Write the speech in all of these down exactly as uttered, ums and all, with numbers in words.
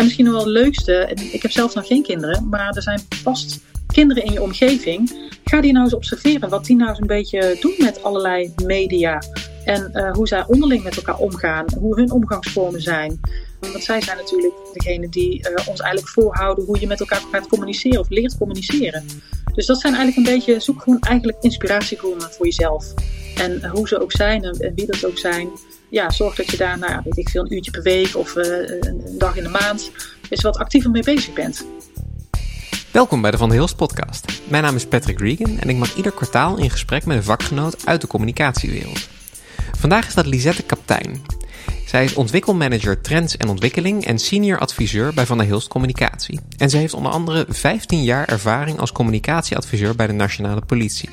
En misschien nog wel het leukste, ik heb zelf nog geen kinderen, maar er zijn vast kinderen in je omgeving. Ga die nou eens observeren wat die nou eens een beetje doen met allerlei media. En uh, hoe zij onderling met elkaar omgaan, hoe hun omgangsvormen zijn. Want zij zijn natuurlijk degene die uh, ons eigenlijk voorhouden hoe je met elkaar gaat communiceren of leert communiceren. Dus dat zijn eigenlijk een beetje, zoek gewoon eigenlijk inspiratiebronnen voor jezelf. En uh, hoe ze ook zijn en, en wie dat ook zijn. Ja, zorg dat je daar, nou ja, weet ik veel, een uurtje per week of uh, een dag in de maand eens wat actiever mee bezig bent. Welkom bij de Van der Hilst podcast. Mijn naam is Patrick Regan en ik mag ieder kwartaal in gesprek met een vakgenoot uit de communicatiewereld. Vandaag is dat Lisette Kaptein. Zij is ontwikkelmanager trends en ontwikkeling en senior adviseur bij Van der Hilst Communicatie. En ze heeft onder andere vijftien jaar ervaring als communicatieadviseur bij de Nationale Politie.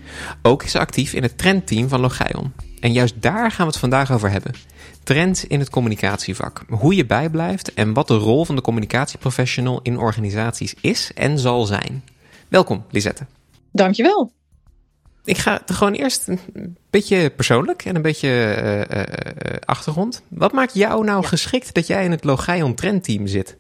Ook is ze actief in het trendteam van Logion. En juist daar gaan we het vandaag over hebben. Trends in het communicatievak. Hoe je bijblijft en wat de rol van de communicatieprofessional in organisaties is en zal zijn. Welkom, Lisette. Dankjewel. Ik ga gewoon eerst een beetje persoonlijk en een beetje uh, uh, achtergrond. Wat maakt jou nou ja. geschikt dat jij in het Logion trendteam zit?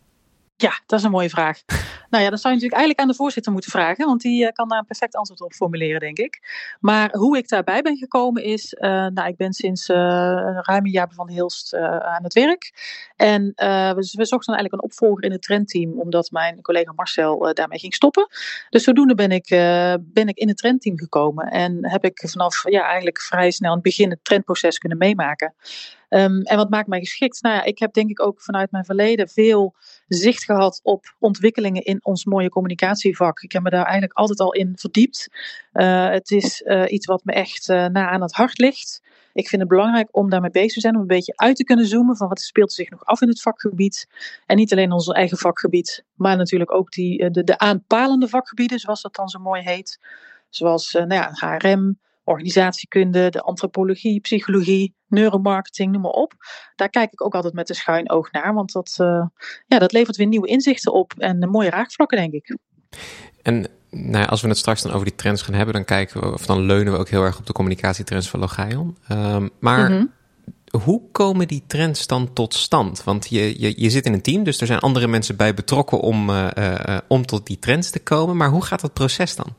Ja, dat is een mooie vraag. Nou ja, dan zou je natuurlijk eigenlijk aan de voorzitter moeten vragen, want die uh, kan daar een perfect antwoord op formuleren, denk ik. Maar hoe ik daarbij ben gekomen is, uh, nou, ik ben sinds uh, ruim een jaar bij Van der Hilst uh, aan het werk. En uh, we, we zochten eigenlijk een opvolger in het trendteam, omdat mijn collega Marcel uh, daarmee ging stoppen. Dus zodoende ben ik, uh, ben ik in het trendteam gekomen en heb ik vanaf ja, eigenlijk vrij snel in het begin het trendproces kunnen meemaken. Um, en wat maakt mij geschikt? Nou ja, ik heb denk ik ook vanuit mijn verleden veel zicht gehad op ontwikkelingen in ons mooie communicatievak. Ik heb me daar eigenlijk altijd al in verdiept. Uh, het is uh, iets wat me echt uh, na aan het hart ligt. Ik vind het belangrijk om daarmee bezig te zijn, om een beetje uit te kunnen zoomen van wat speelt er zich nog af in het vakgebied. En niet alleen ons eigen vakgebied, maar natuurlijk ook die, de, de aanpalende vakgebieden, zoals dat dan zo mooi heet. Zoals uh, nou ja, H R M, organisatiekunde, de antropologie, psychologie, neuromarketing, noem maar op. Daar kijk ik ook altijd met een schuin oog naar, want dat, uh, ja, dat levert weer nieuwe inzichten op en mooie raakvlakken, denk ik. En nou ja, als we het straks dan over die trends gaan hebben, dan kijken we, of dan leunen we ook heel erg op de communicatietrends van Logion. Um, maar mm-hmm. hoe komen die trends dan tot stand? Want je, je, je zit in een team, dus er zijn andere mensen bij betrokken om, uh, uh, om tot die trends te komen. Maar hoe gaat dat proces dan?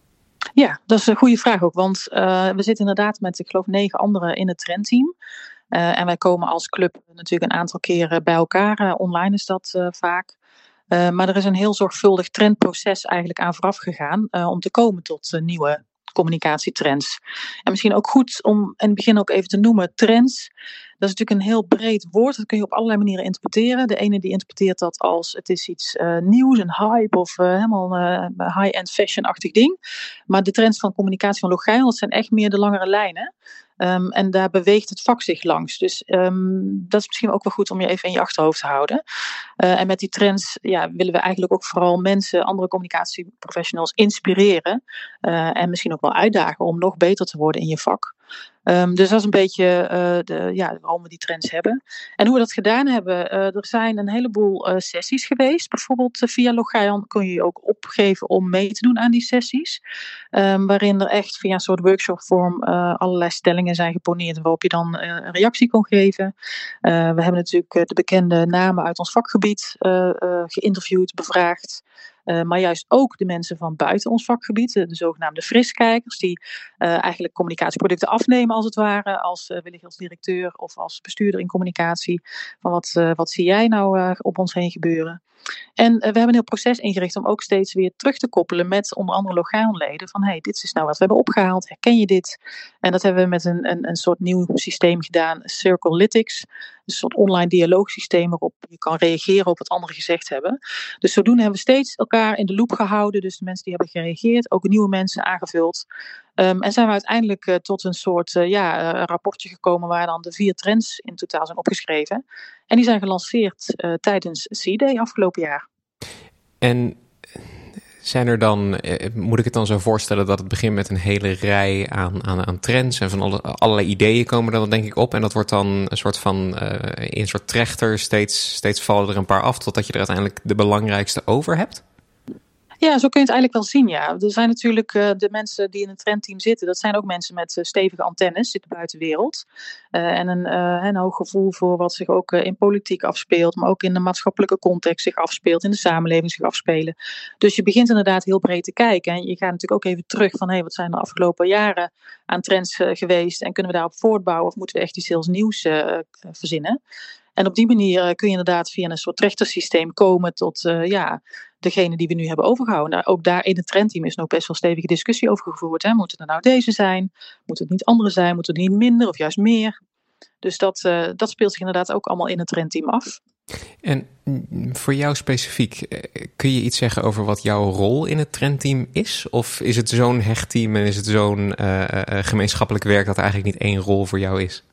Ja, dat is een goede vraag ook, want uh, we zitten inderdaad met, ik geloof, negen anderen in het trendteam. Uh, en wij komen als club natuurlijk een aantal keren bij elkaar. Uh, online is dat uh, vaak. Uh, maar er is een heel zorgvuldig trendproces eigenlijk aan vooraf gegaan uh, om te komen tot uh, nieuwe communicatietrends. En misschien ook goed om in het begin ook even te noemen, trends. Dat is natuurlijk een heel breed woord. Dat kun je op allerlei manieren interpreteren. De ene die interpreteert dat als het is iets uh, nieuws, een hype of uh, helemaal uh, high-end fashion-achtig ding. Maar de trends van communicatie van Logion, dat zijn echt meer de langere lijnen. Um, en daar beweegt het vak zich langs. Dus um, dat is misschien ook wel goed om je even in je achterhoofd te houden. Uh, en met die trends ja, willen we eigenlijk ook vooral mensen, andere communicatieprofessionals inspireren. Uh, en misschien ook wel uitdagen om nog beter te worden in je vak. Um, dus dat is een beetje uh, de, ja, waarom we die trends hebben. En hoe we dat gedaan hebben, uh, er zijn een heleboel uh, sessies geweest. Bijvoorbeeld uh, via Logion kun je je ook opgeven om mee te doen aan die sessies. Um, waarin er echt via een soort workshopvorm uh, allerlei stellingen zijn geponeerd waarop je dan uh, een reactie kon geven. Uh, we hebben natuurlijk uh, de bekende namen uit ons vakgebied uh, uh, geïnterviewd, bevraagd. Uh, maar juist ook de mensen van buiten ons vakgebied, de, de zogenaamde friskijkers, die uh, eigenlijk communicatieproducten afnemen als het ware, als uh, wellicht als directeur of als bestuurder in communicatie. Van wat, uh, wat zie jij nou uh, op ons heen gebeuren? En uh, we hebben een heel proces ingericht om ook steeds weer terug te koppelen met onder andere Logion-leden. Van hey, dit is nou wat we hebben opgehaald, herken je dit? En dat hebben we met een, een, een soort nieuw systeem gedaan, Circlelytics. Een soort online dialoogsysteem waarop je kan reageren op wat anderen gezegd hebben. Dus zodoende hebben we steeds elkaar in de loop gehouden. Dus de mensen die hebben gereageerd, ook nieuwe mensen aangevuld. Um, en zijn we uiteindelijk uh, tot een soort uh, ja, uh, rapportje gekomen waar dan de vier trends in totaal zijn opgeschreven. En die zijn gelanceerd uh, tijdens C-Day afgelopen jaar. En zijn er dan, eh, moet ik het dan zo voorstellen dat het begint met een hele rij aan, aan, aan trends en van alle, allerlei ideeën komen er dan denk ik op. En dat wordt dan een soort van, uh, in een soort trechter, steeds, steeds vallen er een paar af totdat je er uiteindelijk de belangrijkste over hebt? Ja, zo kun je het eigenlijk wel zien, ja. Er zijn natuurlijk uh, de mensen die in het trendteam zitten, dat zijn ook mensen met uh, stevige antennes in de buitenwereld. Uh, en een, uh, een hoog gevoel voor wat zich ook uh, in politiek afspeelt, maar ook in de maatschappelijke context zich afspeelt, in de samenleving zich afspelen. Dus je begint inderdaad heel breed te kijken. En je gaat natuurlijk ook even terug van, hé, hey, wat zijn er afgelopen jaren aan trends uh, geweest en kunnen we daarop voortbouwen of moeten we echt iets heel nieuws uh, verzinnen? En op die manier uh, kun je inderdaad via een soort trechtersysteem komen tot uh, ja, degene die we nu hebben overgehouden. Nou, ook daar in het trendteam is nog best wel stevige discussie over gevoerd. Hè. Moeten het nou deze zijn? Moeten het niet andere zijn? Moeten het niet minder of juist meer? Dus dat, uh, dat speelt zich inderdaad ook allemaal in het trendteam af. En voor jou specifiek, kun je iets zeggen over wat jouw rol in het trendteam is? Of is het zo'n hecht team en is het zo'n uh, uh, gemeenschappelijk werk dat er eigenlijk niet één rol voor jou is?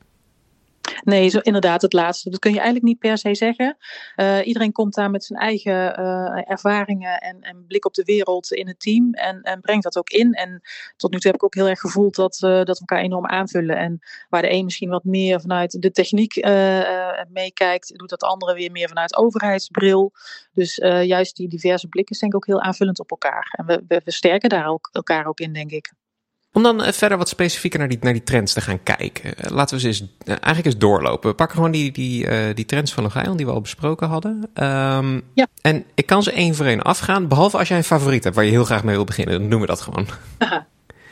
Nee, zo, inderdaad het laatste. Dat kun je eigenlijk niet per se zeggen. Uh, iedereen komt daar met zijn eigen uh, ervaringen en, en blik op de wereld in het team en, en brengt dat ook in. En tot nu toe heb ik ook heel erg gevoeld dat, uh, dat we elkaar enorm aanvullen. En waar de een misschien wat meer vanuit de techniek uh, uh, meekijkt, doet dat de andere weer meer vanuit overheidsbril. Dus uh, juist die diverse blikken is denk ik ook heel aanvullend op elkaar. En we, we versterken daar ook, elkaar ook in, denk ik. Om dan verder wat specifieker naar die, naar die trends te gaan kijken. Laten we ze eens, eigenlijk eens doorlopen. We pakken gewoon die, die, uh, die trends van Logeion die we al besproken hadden. Um, ja. En ik kan ze één voor één afgaan. Behalve als jij een favoriet hebt waar je heel graag mee wil beginnen. Dan doen we dat gewoon. Aha.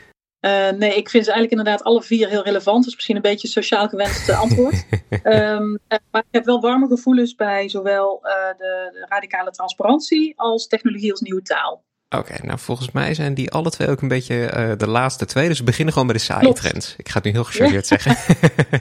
Uh, nee, ik vind ze eigenlijk inderdaad alle vier heel relevant. Dat is misschien een beetje een sociaal gewenst antwoord. um, uh, maar ik heb wel warme gevoelens bij zowel uh, de, de radicale transparantie als technologie als nieuwe taal. Oké, okay, nou volgens mij zijn die alle twee ook een beetje uh, de laatste twee. Dus we beginnen gewoon bij de saaie trends. Ik ga het nu heel gechargeerd ja. zeggen.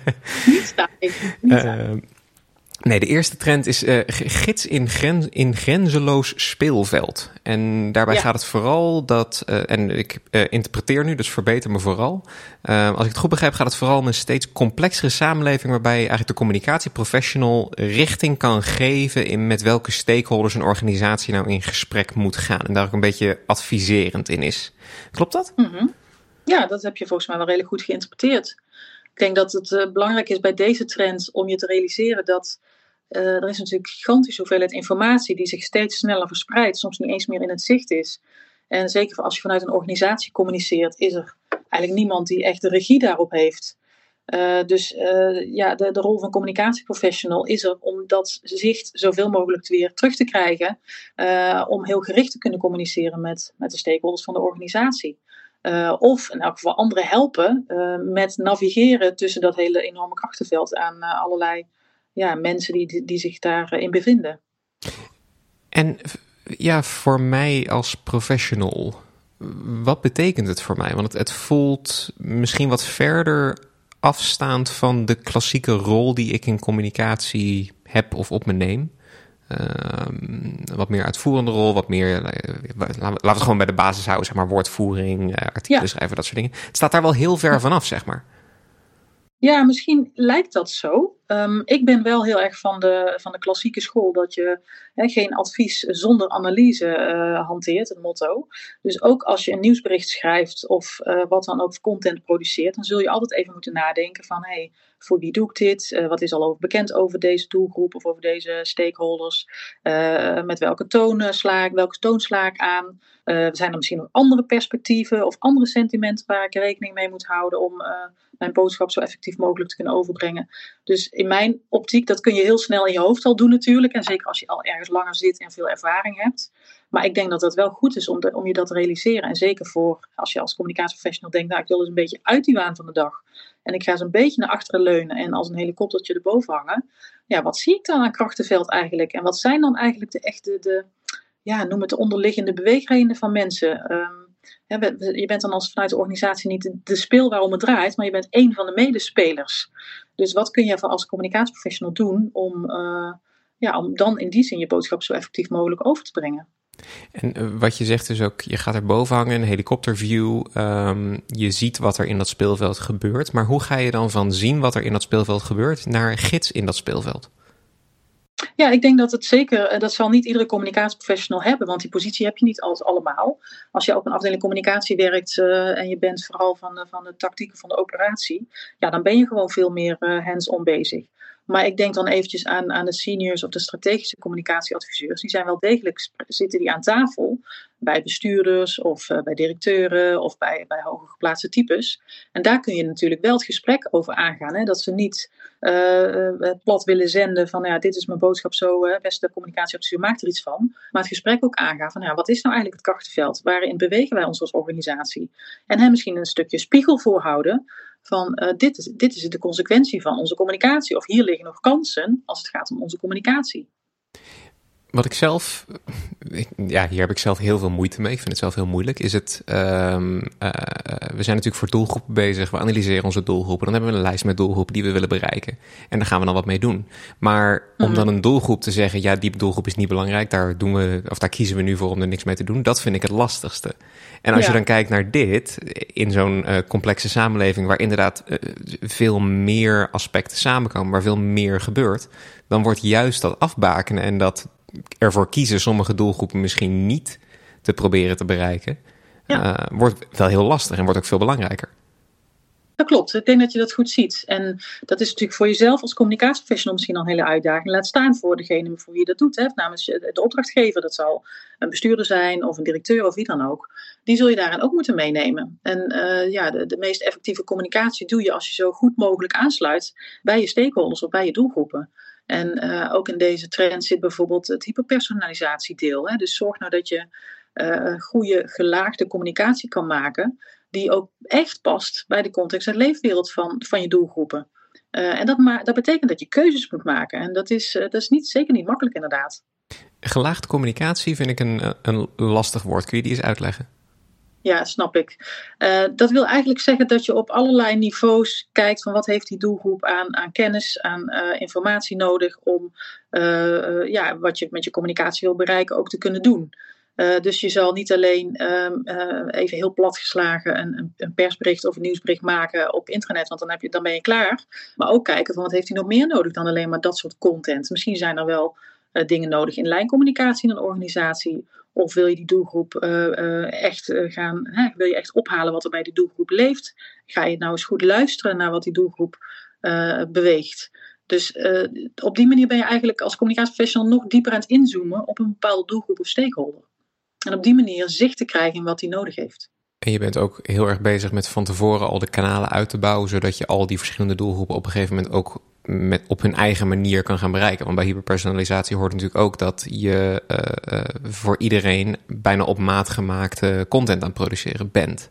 Niet saai. Niet saai. Uh, nee, de eerste trend is uh, gids in, gren, in grenzeloos speelveld. En daarbij ja. gaat het vooral dat, uh, en ik uh, interpreteer nu, dus verbeter me vooral. Uh, als ik het goed begrijp gaat het vooral om een steeds complexere samenleving waarbij eigenlijk de communicatieprofessional richting kan geven in met welke stakeholders een organisatie nou in gesprek moet gaan. En daar ook een beetje adviserend in is. Klopt dat? Mm-hmm. Ja, dat heb je volgens mij wel redelijk goed geïnterpreteerd. Ik denk dat het uh, belangrijk is bij deze trend om je te realiseren dat uh, er is natuurlijk gigantische hoeveelheid informatie die zich steeds sneller verspreidt, soms niet eens meer in het zicht is. En zeker als je vanuit een organisatie communiceert, is er eigenlijk niemand die echt de regie daarop heeft. Uh, dus uh, ja, de, de rol van communicatieprofessional is er om dat zicht zoveel mogelijk weer terug te krijgen, uh, om heel gericht te kunnen communiceren met, met de stakeholders van de organisatie. Uh, of in elk geval anderen helpen uh, met navigeren tussen dat hele enorme krachtenveld aan uh, allerlei ja, mensen die, die, die zich daarin uh, bevinden. En ja, voor mij als professional, wat betekent het voor mij? Want het, het voelt misschien wat verder afstaand van de klassieke rol die ik in communicatie heb of op me neem. Um, wat meer uitvoerende rol, wat meer, uh, laten we het gewoon bij de basis houden, zeg maar, woordvoering, uh, artikelen ja. schrijven, dat soort dingen. Het staat daar wel heel ver vanaf, zeg maar. Ja, misschien lijkt dat zo. Um, ik ben wel heel erg van de, van de klassieke school dat je hè, geen advies zonder analyse uh, hanteert, het motto. Dus ook als je een nieuwsbericht schrijft of uh, wat dan ook content produceert, dan zul je altijd even moeten nadenken van, hé, hey, voor wie doe ik dit? Uh, wat is al over bekend over deze doelgroep of over deze stakeholders? Uh, met welke toon sla ik, welke toon sla ik aan? Uh, zijn er misschien nog andere perspectieven of andere sentimenten waar ik rekening mee moet houden om uh, mijn boodschap zo effectief mogelijk te kunnen overbrengen? Dus in mijn optiek, dat kun je heel snel in je hoofd al doen natuurlijk. En zeker als je al ergens langer zit en veel ervaring hebt. Maar ik denk dat het wel goed is om, de, om je dat te realiseren. En zeker voor als je als communicatieprofessional denkt, nou ik wil dus een beetje uit die waan van de dag. En ik ga eens een beetje naar achteren leunen en als een helikoptertje erboven hangen. Ja, wat zie ik dan aan krachtenveld eigenlijk? En wat zijn dan eigenlijk de echte, de, ja, noem het de onderliggende beweegredenen van mensen? Um, ja, je bent dan als vanuit de organisatie niet de, de speel waarom het draait, maar je bent één van de medespelers. Dus wat kun je als communicatieprofessional doen om, uh, ja, om dan in die zin je boodschap zo effectief mogelijk over te brengen? En uh, wat je zegt is ook, je gaat er boven hangen, een helikopterview. Um, je ziet wat er in dat speelveld gebeurt. Maar hoe ga je dan van zien wat er in dat speelveld gebeurt naar gids in dat speelveld? Ja, ik denk dat het zeker, dat zal niet iedere communicatieprofessional hebben, want die positie heb je niet als allemaal. Als je op een afdeling communicatie werkt uh, en je bent vooral van de, van de tactieken van de operatie, ja, dan ben je gewoon veel meer uh, hands-on bezig. Maar ik denk dan eventjes aan, aan de seniors of de strategische communicatieadviseurs. Die zijn wel degelijk, zitten die aan tafel bij bestuurders of uh, bij directeuren of bij, bij hoger geplaatste types. En daar kun je natuurlijk wel het gesprek over aangaan. Hè? Dat ze niet uh, het plat willen zenden van ja, dit is mijn boodschap zo, uh, beste communicatieadviseur, maak er iets van. Maar het gesprek ook aangaan van ja, wat is nou eigenlijk het krachtenveld? Waarin bewegen wij ons als organisatie? En hen misschien een stukje spiegel voorhouden van uh, dit, is, dit is de consequentie van onze communicatie. Of hier liggen nog kansen als het gaat om onze communicatie. Wat ik zelf, ik, ja, hier heb ik zelf heel veel moeite mee. Ik vind het zelf heel moeilijk. Is het, um, uh, we zijn natuurlijk voor doelgroepen bezig. We analyseren onze doelgroepen. Dan hebben we een lijst met doelgroepen die we willen bereiken. En daar gaan we dan wat mee doen. Maar om mm. dan een doelgroep te zeggen, ja, die doelgroep is niet belangrijk. Daar doen we, of daar kiezen we nu voor om er niks mee te doen. Dat vind ik het lastigste. En als ja. je dan kijkt naar dit, in zo'n uh, complexe samenleving, waar inderdaad uh, veel meer aspecten samenkomen, waar veel meer gebeurt, dan wordt juist dat afbakenen en dat ervoor kiezen sommige doelgroepen misschien niet te proberen te bereiken, ja. uh, wordt wel heel lastig en wordt ook veel belangrijker. Dat klopt, ik denk dat je dat goed ziet. En dat is natuurlijk voor jezelf als communicatieprofessional misschien al een hele uitdaging. Laat staan voor degene voor wie je dat doet, hè, namens de opdrachtgever. Dat zal een bestuurder zijn of een directeur of wie dan ook. Die zul je daarin ook moeten meenemen. En uh, ja, de, de meest effectieve communicatie doe je als je zo goed mogelijk aansluit bij je stakeholders of bij je doelgroepen. En uh, ook in deze trend zit bijvoorbeeld het hyperpersonalisatiedeel. Hè? Dus zorg nou dat je uh, goede gelaagde communicatie kan maken, die ook echt past bij de context en leefwereld van, van je doelgroepen. Uh, en dat, ma- dat betekent dat je keuzes moet maken. En dat is, uh, dat is niet, zeker niet makkelijk inderdaad. Gelaagde communicatie vind ik een, een lastig woord. Kun je die eens uitleggen? Ja, snap ik. Uh, dat wil eigenlijk zeggen dat je op allerlei niveaus kijkt van wat heeft die doelgroep aan, aan kennis, aan uh, informatie nodig om uh, uh, ja, wat je met je communicatie wil bereiken ook te kunnen doen. Uh, dus je zal niet alleen um, uh, even heel platgeslagen een, een persbericht of een nieuwsbericht maken op internet, want dan, heb je, dan ben je klaar. Maar ook kijken van wat heeft hij nog meer nodig dan alleen maar dat soort content. Misschien zijn er wel uh, dingen nodig in lijncommunicatie in een organisatie. Of wil je die doelgroep uh, uh, echt uh, gaan, hè, wil je echt ophalen wat er bij die doelgroep leeft? Ga je nou eens goed luisteren naar wat die doelgroep uh, beweegt? Dus uh, op die manier ben je eigenlijk als communicatieprofessional nog dieper aan het inzoomen op een bepaalde doelgroep of stakeholder. En op die manier zicht te krijgen in wat hij nodig heeft. En je bent ook heel erg bezig met van tevoren al de kanalen uit te bouwen, zodat je al die verschillende doelgroepen op een gegeven moment ook met, op hun eigen manier kan gaan bereiken. Want bij hyperpersonalisatie hoort natuurlijk ook dat je uh, uh, voor iedereen bijna op maat gemaakte content aan het produceren bent.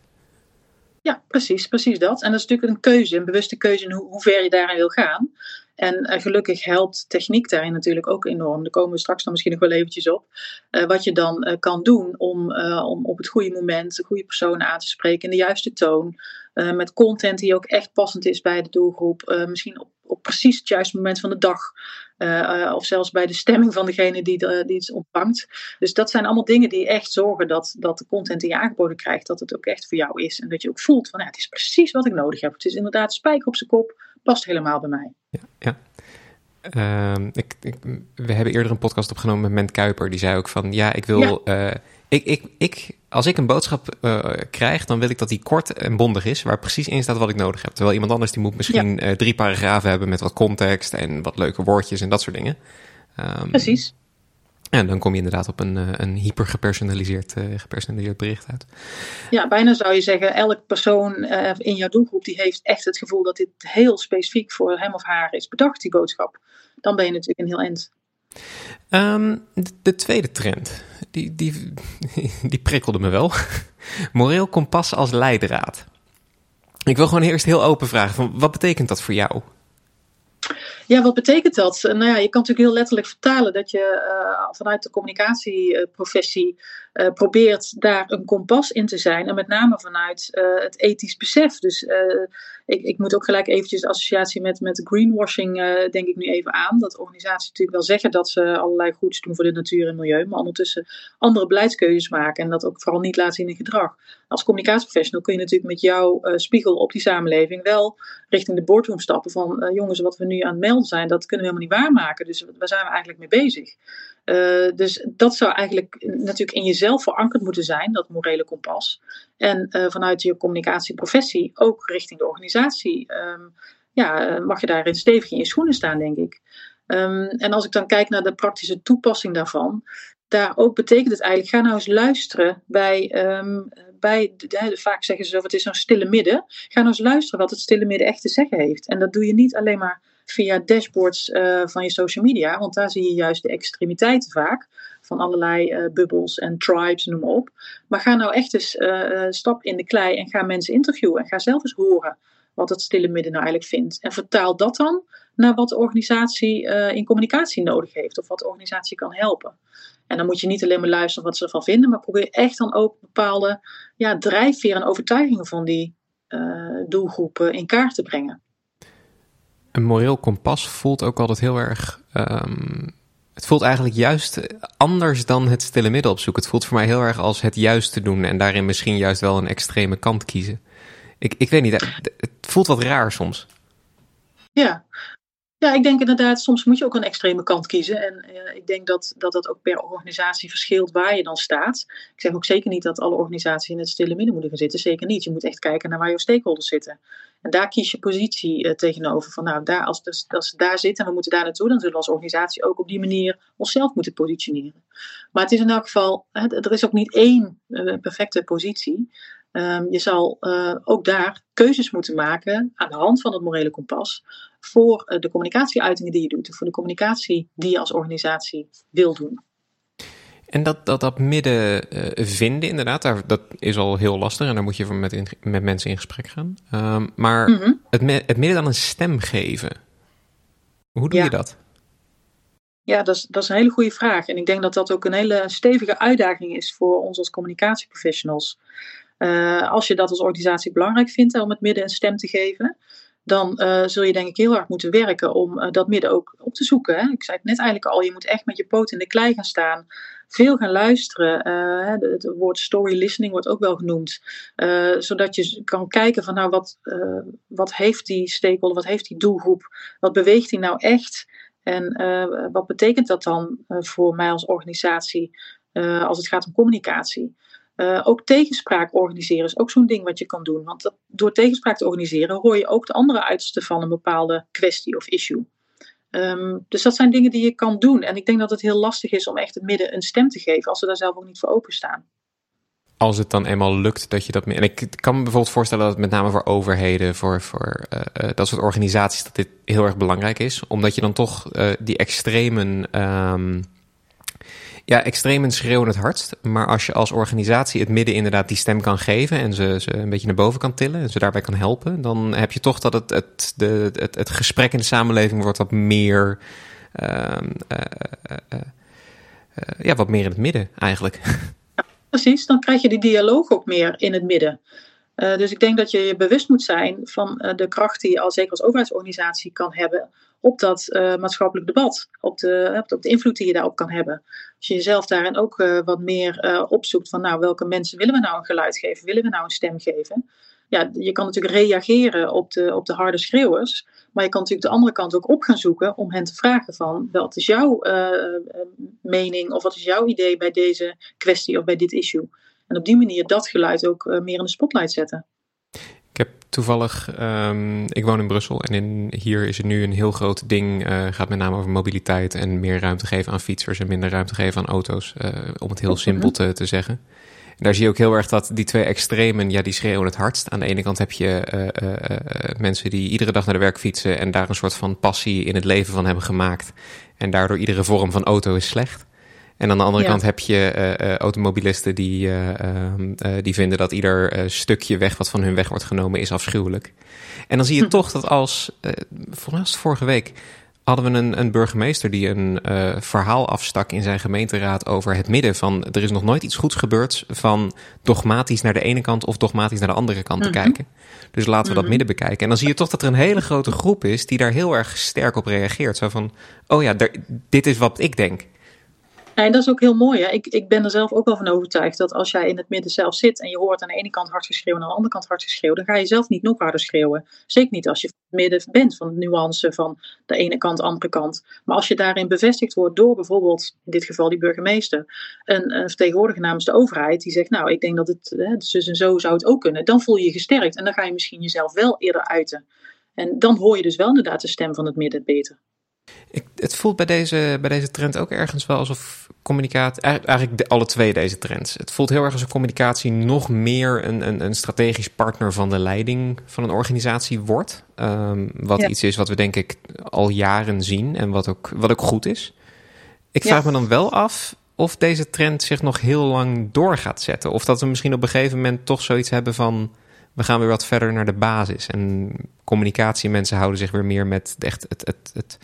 Ja, precies, precies dat. En dat is natuurlijk een keuze, een bewuste keuze in hoe, hoe ver je daarin wil gaan. En uh, gelukkig helpt techniek daarin natuurlijk ook enorm. Daar komen we straks dan misschien nog wel eventjes op. Uh, wat je dan uh, kan doen om, uh, om op het goede moment de goede personen aan te spreken in de juiste toon. Uh, met content die ook echt passend is bij de doelgroep. Uh, misschien op, op precies het juiste moment van de dag. Uh, uh, of zelfs bij de stemming van degene die, de, die het ontvangt. Dus dat zijn allemaal dingen die echt zorgen dat, dat de content die je aangeboden krijgt, dat het ook echt voor jou is. En dat je ook voelt van ja, het is precies wat ik nodig heb. Het is inderdaad spijker op zijn kop. Past helemaal bij mij. Ja, ja. Uh, ik, ik, we hebben eerder een podcast opgenomen met Ment Kuiper. Die zei ook van, ja, ik wil... Ja. Uh, ik, ik, ik, als ik een boodschap uh, krijg, dan wil ik dat die kort en bondig is, waar precies in staat wat ik nodig heb. Terwijl iemand anders die moet misschien ja. uh, drie paragrafen hebben met wat context en wat leuke woordjes en dat soort dingen. Um, precies. En dan kom je inderdaad op een, een hyper gepersonaliseerd, uh, gepersonaliseerd bericht uit. Ja, bijna zou je zeggen, elk persoon uh, in jouw doelgroep die heeft echt het gevoel dat dit heel specifiek voor hem of haar is bedacht, die boodschap. Dan ben je natuurlijk een heel eind. Um, de, de tweede trend, die, die, die prikkelde me wel. Moreel kompas als leidraad. Ik wil gewoon eerst heel open vragen, van, wat betekent dat voor jou? Ja, wat betekent dat? Nou ja, je kan natuurlijk heel letterlijk vertalen dat je uh, vanuit de communicatieprofessie uh, probeert daar een kompas in te zijn. En met name vanuit uh, het ethisch besef. Dus uh, ik, ik moet ook gelijk eventjes de associatie met, met greenwashing uh, denk ik nu even aan. Dat organisaties natuurlijk wel zeggen dat ze allerlei goeds doen voor de natuur en milieu. Maar ondertussen andere beleidskeuzes maken. En dat ook vooral niet laten zien in gedrag. Als communicatieprofessional kun je natuurlijk met jouw uh, spiegel op die samenleving wel richting de boardroom stappen van uh, jongens, wat we nu aan het melden zijn, dat kunnen we helemaal niet waarmaken. Dus waar zijn we eigenlijk mee bezig? Uh, dus dat zou eigenlijk natuurlijk in jezelf verankerd moeten zijn, dat morele kompas. En uh, vanuit je communicatieprofessie ook richting de organisatie um, ja, mag je daarin stevig in je schoenen staan, denk ik. Um, en als ik dan kijk naar de praktische toepassing daarvan, daar ook betekent het eigenlijk, ga nou eens luisteren bij, um, bij de, de, vaak zeggen ze zo, het is zo'n stille midden. Ga nou eens luisteren wat het stille midden echt te zeggen heeft. En dat doe je niet alleen maar via dashboards uh, van je social media, want daar zie je juist de extremiteiten vaak, van allerlei uh, bubbels en tribes, noem maar op. Maar ga nou echt eens uh, stap in de klei en ga mensen interviewen en ga zelf eens horen wat het stille midden nou eigenlijk vindt. En vertaal dat dan naar wat de organisatie uh, in communicatie nodig heeft, of wat de organisatie kan helpen. En dan moet je niet alleen maar luisteren wat ze ervan vinden, maar probeer echt dan ook bepaalde ja, drijfveer en overtuigingen van die uh, doelgroepen in kaart te brengen. Een moreel kompas voelt ook altijd heel erg... Um, het voelt eigenlijk juist anders dan het stille midden opzoeken. Het voelt voor mij heel erg als het juiste doen en daarin misschien juist wel een extreme kant kiezen. Ik, ik weet niet, het voelt wat raar soms. Ja. Ja, ik denk inderdaad, soms moet je ook een extreme kant kiezen. En uh, ik denk dat, dat dat ook per organisatie verschilt waar je dan staat. Ik zeg ook zeker niet dat alle organisaties in het stille midden moeten gaan zitten. Zeker niet. Je moet echt kijken naar waar je stakeholders zitten. En daar kies je positie uh, tegenover. Van nou, daar, als, dus, als ze daar zitten en we moeten daar naartoe, dan zullen we als organisatie ook op die manier onszelf moeten positioneren. Maar het is in elk geval, hè, er is ook niet één uh, perfecte positie. Um, je zal uh, ook daar keuzes moeten maken aan de hand van het morele kompas voor uh, de communicatieuitingen die je doet, of voor de communicatie die je als organisatie wil doen. En dat, dat, dat midden uh, vinden, inderdaad, daar, dat is al heel lastig en daar moet je met, in, met mensen in gesprek gaan. Um, maar mm-hmm. het, het midden dan een stem geven, hoe doe ja. je dat? Ja, dat is, dat is een hele goede vraag. En ik denk dat dat ook een hele stevige uitdaging is voor ons als communicatieprofessionals. Uh, als je dat als organisatie belangrijk vindt om het midden een stem te geven, dan uh, zul je denk ik heel hard moeten werken om uh, dat midden ook op te zoeken. Hè? Ik zei het net eigenlijk al, je moet echt met je poot in de klei gaan staan, veel gaan luisteren. Uh, het woord story listening wordt ook wel genoemd, uh, zodat je kan kijken van nou wat, uh, wat heeft die stakeholder, wat heeft die doelgroep, wat beweegt die nou echt en uh, wat betekent dat dan uh, voor mij als organisatie uh, als het gaat om communicatie. Uh, ook tegenspraak organiseren is ook zo'n ding wat je kan doen. Want dat, door tegenspraak te organiseren hoor je ook de andere uitersten van een bepaalde kwestie of issue. Um, dus dat zijn dingen die je kan doen. En ik denk dat het heel lastig is om echt het midden een stem te geven als we daar zelf ook niet voor openstaan. Als het dan eenmaal lukt dat je dat... En ik kan me bijvoorbeeld voorstellen dat het met name voor overheden, voor, voor uh, uh, dat soort organisaties, dat dit heel erg belangrijk is. Omdat je dan toch uh, die extremen... Um, Ja, extremen schreeuwen het hardst. Maar als je als organisatie het midden inderdaad die stem kan geven en ze, ze een beetje naar boven kan tillen en ze daarbij kan helpen, dan heb je toch dat het, het, de, het, het gesprek in de samenleving wordt wat meer, uh, uh, uh, uh, uh, ja, wat meer in het midden eigenlijk. Ja, precies, dan krijg je die dialoog ook meer in het midden. Uh, dus ik denk dat je je bewust moet zijn van uh, de kracht die je al zeker als overheidsorganisatie kan hebben op dat uh, maatschappelijk debat, op de, op de invloed die je daarop kan hebben. Als je jezelf daarin ook uh, wat meer uh, opzoekt van nou, welke mensen willen we nou een geluid geven, willen we nou een stem geven. Ja, je kan natuurlijk reageren op de, op de harde schreeuwers, maar je kan natuurlijk de andere kant ook op gaan zoeken om hen te vragen van wat is jouw uh, mening of wat is jouw idee bij deze kwestie of bij dit issue. En op die manier dat geluid ook uh, meer in de spotlight zetten. Ik heb toevallig, um, ik woon in Brussel en in, hier is het nu een heel groot ding. Uh, gaat met name over mobiliteit en meer ruimte geven aan fietsers en minder ruimte geven aan auto's. Uh, om het heel simpel te, te zeggen. En daar zie je ook heel erg dat die twee extremen, ja, die schreeuwen het hardst. Aan de ene kant heb je uh, uh, uh, mensen die iedere dag naar de werk fietsen en daar een soort van passie in het leven van hebben gemaakt. En daardoor iedere vorm van auto is slecht. En aan de andere ja. kant heb je uh, uh, automobilisten die, uh, uh, uh, die vinden dat ieder uh, stukje weg wat van hun weg wordt genomen is afschuwelijk. En dan zie je hm. toch dat als, uh, volgens mij was het vorige week, hadden we een, een burgemeester die een uh, verhaal afstak in zijn gemeenteraad over het midden van er is nog nooit iets goeds gebeurd van dogmatisch naar de ene kant of dogmatisch naar de andere kant mm-hmm. te kijken. Dus laten we mm-hmm. dat midden bekijken. En dan zie je toch dat er een hele grote groep is die daar heel erg sterk op reageert. Zo van, oh ja, der, dit is wat ik denk. En dat is ook heel mooi. Hè? Ik, ik ben er zelf ook wel van overtuigd dat als jij in het midden zelf zit en je hoort aan de ene kant hard geschreeuwen en aan de andere kant hard geschreeuwen, dan ga je zelf niet nog harder schreeuwen. Zeker niet als je in het midden bent van de nuance van de ene kant, de andere kant. Maar als je daarin bevestigd wordt door bijvoorbeeld, in dit geval die burgemeester, een, een vertegenwoordiger namens de overheid die zegt, nou ik denk dat het, hè, dus en zo zou het ook kunnen. Dan voel je je gesterkt en dan ga je misschien jezelf wel eerder uiten. En dan hoor je dus wel inderdaad de stem van het midden beter. Ik, het voelt bij deze, bij deze trend ook ergens wel alsof communicatie... Eigenlijk de, alle twee deze trends. Het voelt heel erg alsof communicatie nog meer een, een, een strategisch partner van de leiding van een organisatie wordt. Um, wat ja. iets is wat we denk ik al jaren zien en wat ook, wat ook goed is. Ik vraag ja. me dan wel af of deze trend zich nog heel lang door gaat zetten. Of dat we misschien op een gegeven moment toch zoiets hebben van... we gaan weer wat verder naar de basis. En communicatiemensen houden zich weer meer met echt het... het, het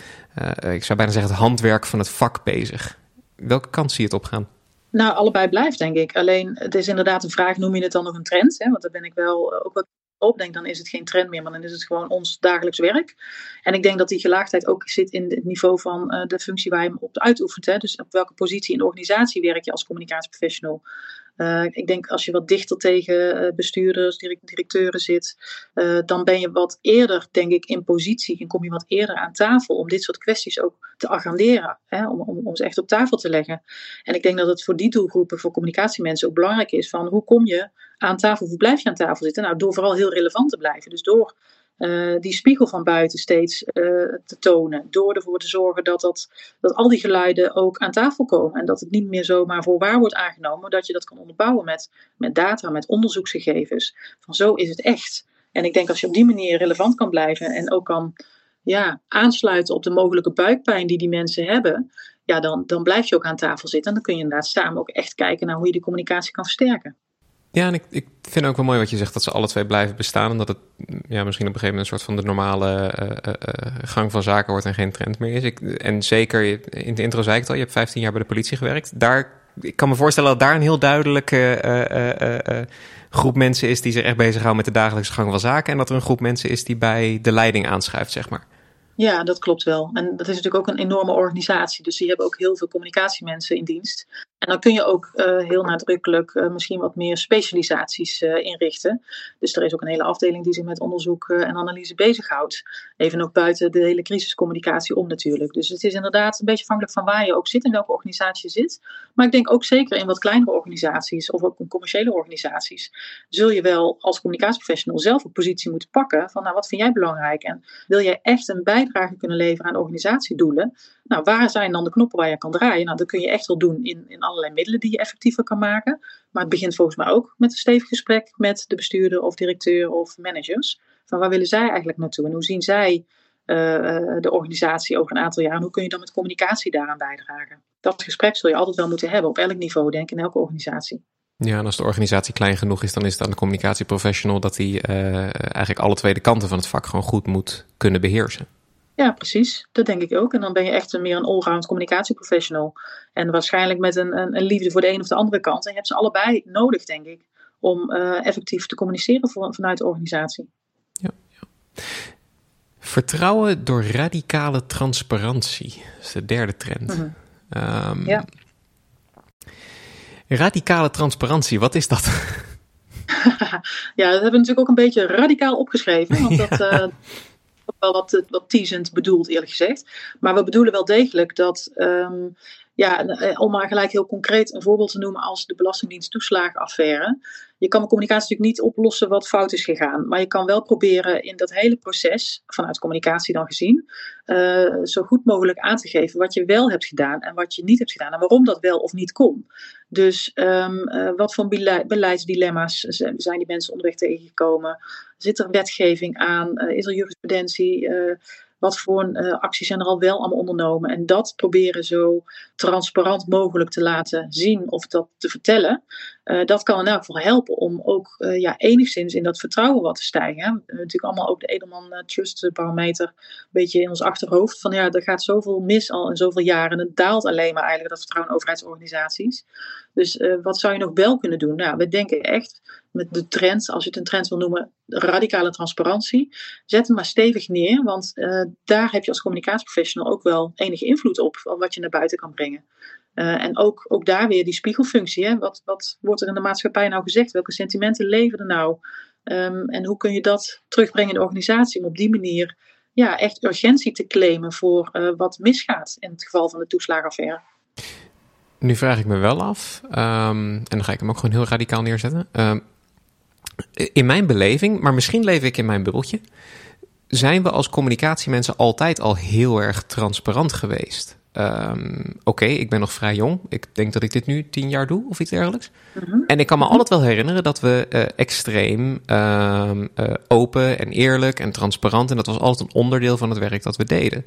uh, ik zou bijna zeggen het handwerk van het vak bezig. Welke kant zie je het opgaan? Nou, allebei blijft, denk ik. Alleen, het is inderdaad een vraag, noem je het dan nog een trend? Hè? Want daar ben ik wel uh, ook wel op. Denk, dan is het geen trend meer, maar dan is het gewoon ons dagelijks werk. En ik denk dat die gelaagdheid ook zit in het niveau van uh, de functie waar je hem op uitoefent. Hè? Dus op welke positie in de organisatie werk je als communicatieprofessional? Uh, ik denk als je wat dichter tegen uh, bestuurders, direct, directeuren zit, uh, dan ben je wat eerder, denk ik, in positie en kom je wat eerder aan tafel om dit soort kwesties ook te agenderen, hè, om, om, om ze echt op tafel te leggen. En ik denk dat het voor die doelgroepen, voor communicatiemensen ook belangrijk is van hoe kom je aan tafel, hoe blijf je aan tafel zitten? Nou, door vooral heel relevant te blijven. Dus door Uh, die spiegel van buiten steeds uh, te tonen. Door ervoor te zorgen dat, dat, dat al die geluiden ook aan tafel komen. En dat het niet meer zomaar voor waar wordt aangenomen. Maar dat je dat kan onderbouwen met, met data, met onderzoeksgegevens. Van zo is het echt. En ik denk als je op die manier relevant kan blijven. En ook kan ja, aansluiten op de mogelijke buikpijn die die mensen hebben. Ja, dan, dan blijf je ook aan tafel zitten. En dan kun je inderdaad samen ook echt kijken naar hoe je die communicatie kan versterken. Ja, en ik, ik vind ook wel mooi wat je zegt, dat ze alle twee blijven bestaan. En dat het ja, misschien op een gegeven moment een soort van de normale uh, uh, gang van zaken wordt en geen trend meer is. Ik, en zeker, in de intro zei ik het al, je hebt vijftien jaar bij de politie gewerkt. Daar, ik kan me voorstellen dat daar een heel duidelijke uh, uh, uh, groep mensen is die zich echt bezighouden met de dagelijkse gang van zaken. En dat er een groep mensen is die bij de leiding aanschuift, zeg maar. Ja, dat klopt wel. En dat is natuurlijk ook een enorme organisatie. Dus die hebben ook heel veel communicatiemensen in dienst. En dan kun je ook uh, heel nadrukkelijk uh, misschien wat meer specialisaties uh, inrichten. Dus er is ook een hele afdeling die zich met onderzoek uh, en analyse bezighoudt. Even ook buiten de hele crisiscommunicatie om natuurlijk. Dus het is inderdaad een beetje afhankelijk van waar je ook zit, in welke organisatie je zit. Maar ik denk ook zeker in wat kleinere organisaties of ook in commerciële organisaties zul je wel als communicatieprofessional zelf een positie moeten pakken van nou, wat vind jij belangrijk? En wil jij echt een bijdrage kunnen leveren aan organisatiedoelen? Nou, waar zijn dan de knoppen waar je kan draaien? Nou, dat kun je echt wel doen in, in allerlei middelen die je effectiever kan maken. Maar het begint volgens mij ook met een stevig gesprek met de bestuurder of directeur of managers. Van waar willen zij eigenlijk naartoe? En hoe zien zij uh, de organisatie over een aantal jaar? En hoe kun je dan met communicatie daaraan bijdragen? Dat gesprek zul je altijd wel moeten hebben op elk niveau, denk ik, in elke organisatie. Ja, en als de organisatie klein genoeg is, dan is het aan de communicatieprofessional dat hij uh, eigenlijk alle twee de kanten van het vak gewoon goed moet kunnen beheersen. Ja, precies. Dat denk ik ook. En dan ben je echt een, meer een allround communicatieprofessional. En waarschijnlijk met een, een, een liefde voor de een of de andere kant. En je hebt ze allebei nodig, denk ik, om uh, effectief te communiceren voor, vanuit de organisatie. Ja, ja. Vertrouwen door radicale transparantie. Dat is de derde trend. Mm-hmm. Um, ja. Radicale transparantie, wat is dat? Ja, dat hebben we natuurlijk ook een beetje radicaal opgeschreven. Want dat... Uh, wel wat, wat teasend bedoeld, eerlijk gezegd. Maar we bedoelen wel degelijk dat, um, ja, om maar gelijk heel concreet een voorbeeld te noemen als de Belastingdienst toeslagenaffaire. Je kan de communicatie natuurlijk niet oplossen wat fout is gegaan. Maar je kan wel proberen in dat hele proces, vanuit communicatie dan gezien, uh, zo goed mogelijk aan te geven wat je wel hebt gedaan en wat je niet hebt gedaan. En waarom dat wel of niet kon. Dus um, uh, wat voor beleid, beleidsdilemma's zijn die mensen onderweg tegengekomen? Zit er wetgeving aan? Uh, is er jurisprudentie? Uh, wat voor uh, acties zijn er al wel allemaal ondernomen? En dat proberen zo transparant mogelijk te laten zien of dat te vertellen. Uh, dat kan in elk geval helpen om ook uh, ja, enigszins in dat vertrouwen wat te stijgen. Hè? We hebben natuurlijk allemaal ook de Edelman uh, Trust Barometer een beetje in ons achterhoofd. Van ja, er gaat zoveel mis al in zoveel jaren. En het daalt alleen maar eigenlijk dat vertrouwen in overheidsorganisaties. Dus uh, wat zou je nog wel kunnen doen? Nou, we denken echt met de trend, als je het een trend wil noemen, radicale transparantie. Zet hem maar stevig neer, want uh, daar heb je als communicatieprofessional ook wel enige invloed op, wat je naar buiten kan brengen. Uh, en ook, ook daar weer die spiegelfunctie. Hè? Wat, wat wordt er in de maatschappij nou gezegd? Welke sentimenten leven er nou? Um, en hoe kun je dat terugbrengen in de organisatie om op die manier ja, echt urgentie te claimen voor uh, wat misgaat in het geval van de toeslagenaffaire? Nu vraag ik me wel af, um, en dan ga ik hem ook gewoon heel radicaal neerzetten. Um, in mijn beleving, maar misschien leef ik in mijn bubbeltje, zijn we als communicatiemensen altijd al heel erg transparant geweest? Um, Oké, okay, ik ben nog vrij jong. Ik denk dat ik dit nu tien jaar doe of iets dergelijks. Mm-hmm. En ik kan me mm-hmm. altijd wel herinneren dat we uh, extreem uh, uh, open en eerlijk en transparant... en dat was altijd een onderdeel van het werk dat we deden.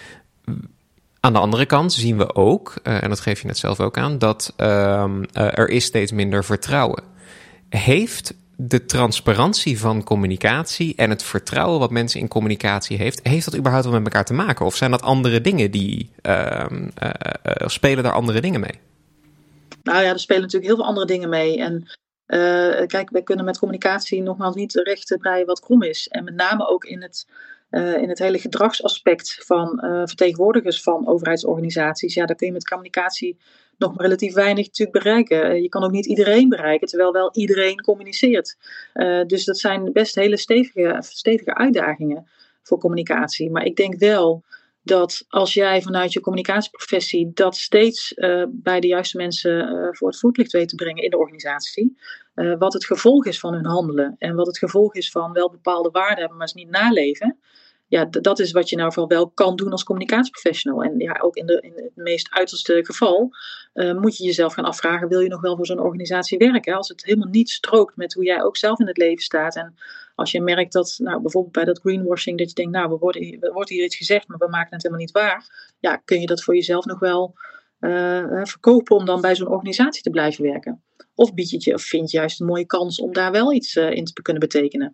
Aan de andere kant zien we ook, uh, en dat geef je net zelf ook aan... dat uh, uh, er is steeds minder vertrouwen. Heeft de transparantie van communicatie en het vertrouwen wat mensen in communicatie heeft... heeft dat überhaupt wel met elkaar te maken? Of zijn dat andere dingen die... Uh, uh, uh, spelen daar andere dingen mee? Nou ja, er spelen natuurlijk heel veel andere dingen mee. En uh, kijk, wij kunnen met communicatie nogmaals niet recht breien wat krom is. En met name ook in het... Uh, in het hele gedragsaspect van uh, vertegenwoordigers van overheidsorganisaties, ja, daar kun je met communicatie nog maar relatief weinig natuurlijk bereiken. Uh, je kan ook niet iedereen bereiken, terwijl wel iedereen communiceert. Uh, dus dat zijn best hele stevige, stevige uitdagingen voor communicatie. Maar ik denk wel dat als jij vanuit je communicatieprofessie dat steeds uh, bij de juiste mensen uh, voor het voetlicht weet te brengen in de organisatie, uh, wat het gevolg is van hun handelen en wat het gevolg is van wel bepaalde waarden hebben, maar ze niet naleven. Ja, d- dat is wat je nou vooral wel kan doen als communicatieprofessional. En ja, ook in, de, in het meest uiterste geval uh, moet je jezelf gaan afvragen, wil je nog wel voor zo'n organisatie werken? Als het helemaal niet strookt met hoe jij ook zelf in het leven staat. En als je merkt dat, nou, bijvoorbeeld bij dat greenwashing, dat je denkt, nou, we worden, er wordt hier iets gezegd, maar we maken het helemaal niet waar. Ja, kun je dat voor jezelf nog wel uh, verkopen om dan bij zo'n organisatie te blijven werken? Of bied je het je, of vind je juist een mooie kans om daar wel iets uh, in te kunnen betekenen?